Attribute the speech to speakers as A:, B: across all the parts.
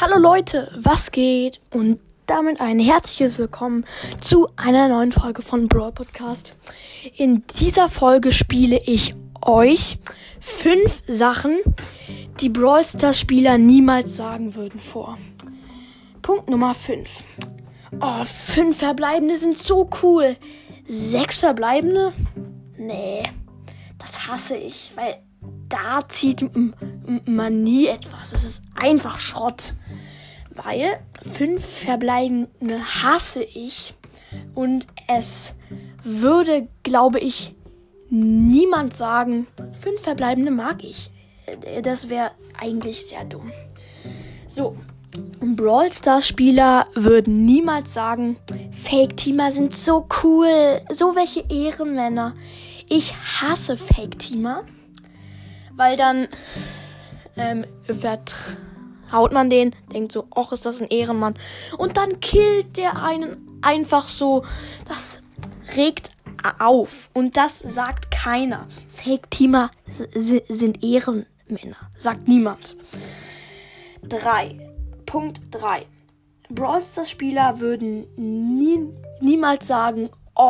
A: Hallo Leute, was geht? Und damit ein herzliches Willkommen zu einer neuen Folge von Brawl Podcast. In dieser Folge spiele ich euch 5 Sachen, die Brawl Stars Spieler niemals sagen würden vor. Punkt Nummer 5. 5 Verbleibende sind so cool. 6 Verbleibende? Nee, das hasse ich, weil da zieht man nie etwas. Es ist einfach Schrott. Weil 5 Verbleibende hasse ich. Und es würde, glaube ich, niemand sagen, 5 Verbleibende mag ich. Das wäre eigentlich sehr dumm. So, Brawl Stars Spieler würden niemals sagen, Fake-Teamer sind so cool. So welche Ehrenmänner. Ich hasse Fake-Teamer. Weil dann vertraut man den, denkt so, ach, ist das ein Ehrenmann. Und dann killt der einen einfach so. Das regt auf. Und das sagt keiner. Fake-Teamer sind Ehrenmänner. Sagt niemand. Punkt 3. Brawl Stars Spieler würden niemals sagen,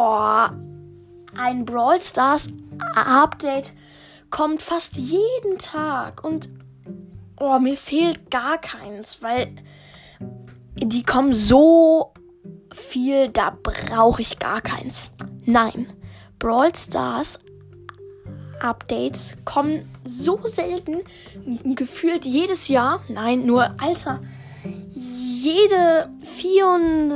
A: ein Brawl Stars Update kommt fast jeden Tag und mir fehlt gar keins, weil die kommen so viel, da brauche ich gar keins. Nein, Brawl Stars Updates kommen so selten, gefühlt jedes Jahr. Nein, nur jede 4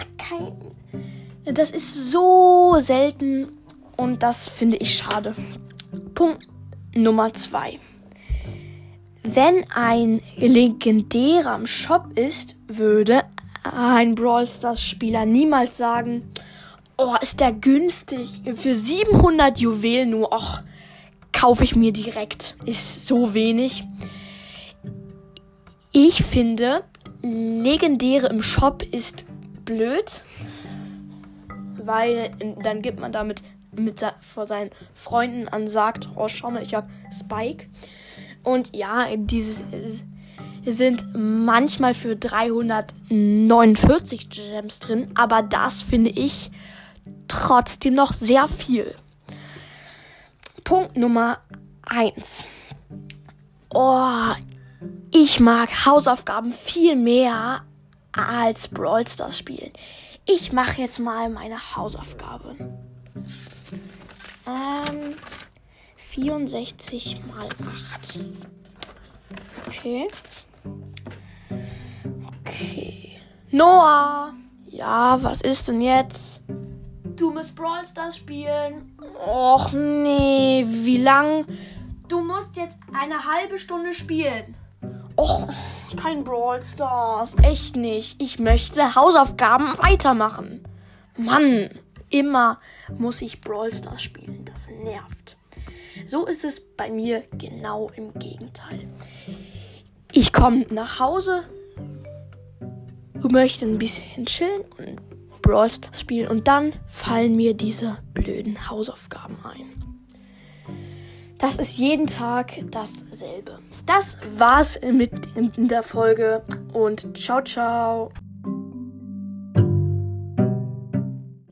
A: das ist so selten und das finde ich schade. Punkt Nummer 2. Wenn ein legendärer im Shop ist, würde ein Brawl Stars Spieler niemals sagen, ist der günstig, für 700 Juwelen nur, kaufe ich mir direkt, ist so wenig. Ich finde, legendäre im Shop ist blöd, weil dann gibt man damit vor seinen Freunden an, sagt, schau mal, ich habe Spike. Und ja, diese sind manchmal für 349 Gems drin, aber das finde ich trotzdem noch sehr viel. Punkt Nummer 1. Ich mag Hausaufgaben viel mehr als Brawl Stars spielen. Ich mache jetzt mal meine Hausaufgabe. 64 mal 8. Okay. Noah! Ja, was ist denn jetzt? Du musst Brawl Stars spielen. Och nee, wie lang? Du musst jetzt eine halbe Stunde spielen. Och, kein Brawl Stars. Echt nicht. Ich möchte Hausaufgaben weitermachen. Mann, immer muss ich Brawl Stars spielen. Das nervt. So ist es bei mir genau im Gegenteil. Ich komme nach Hause, möchte ein bisschen chillen und Brawl Stars spielen und dann fallen mir diese blöden Hausaufgaben ein. Das ist jeden Tag dasselbe. Das war's mit der Folge und ciao, ciao.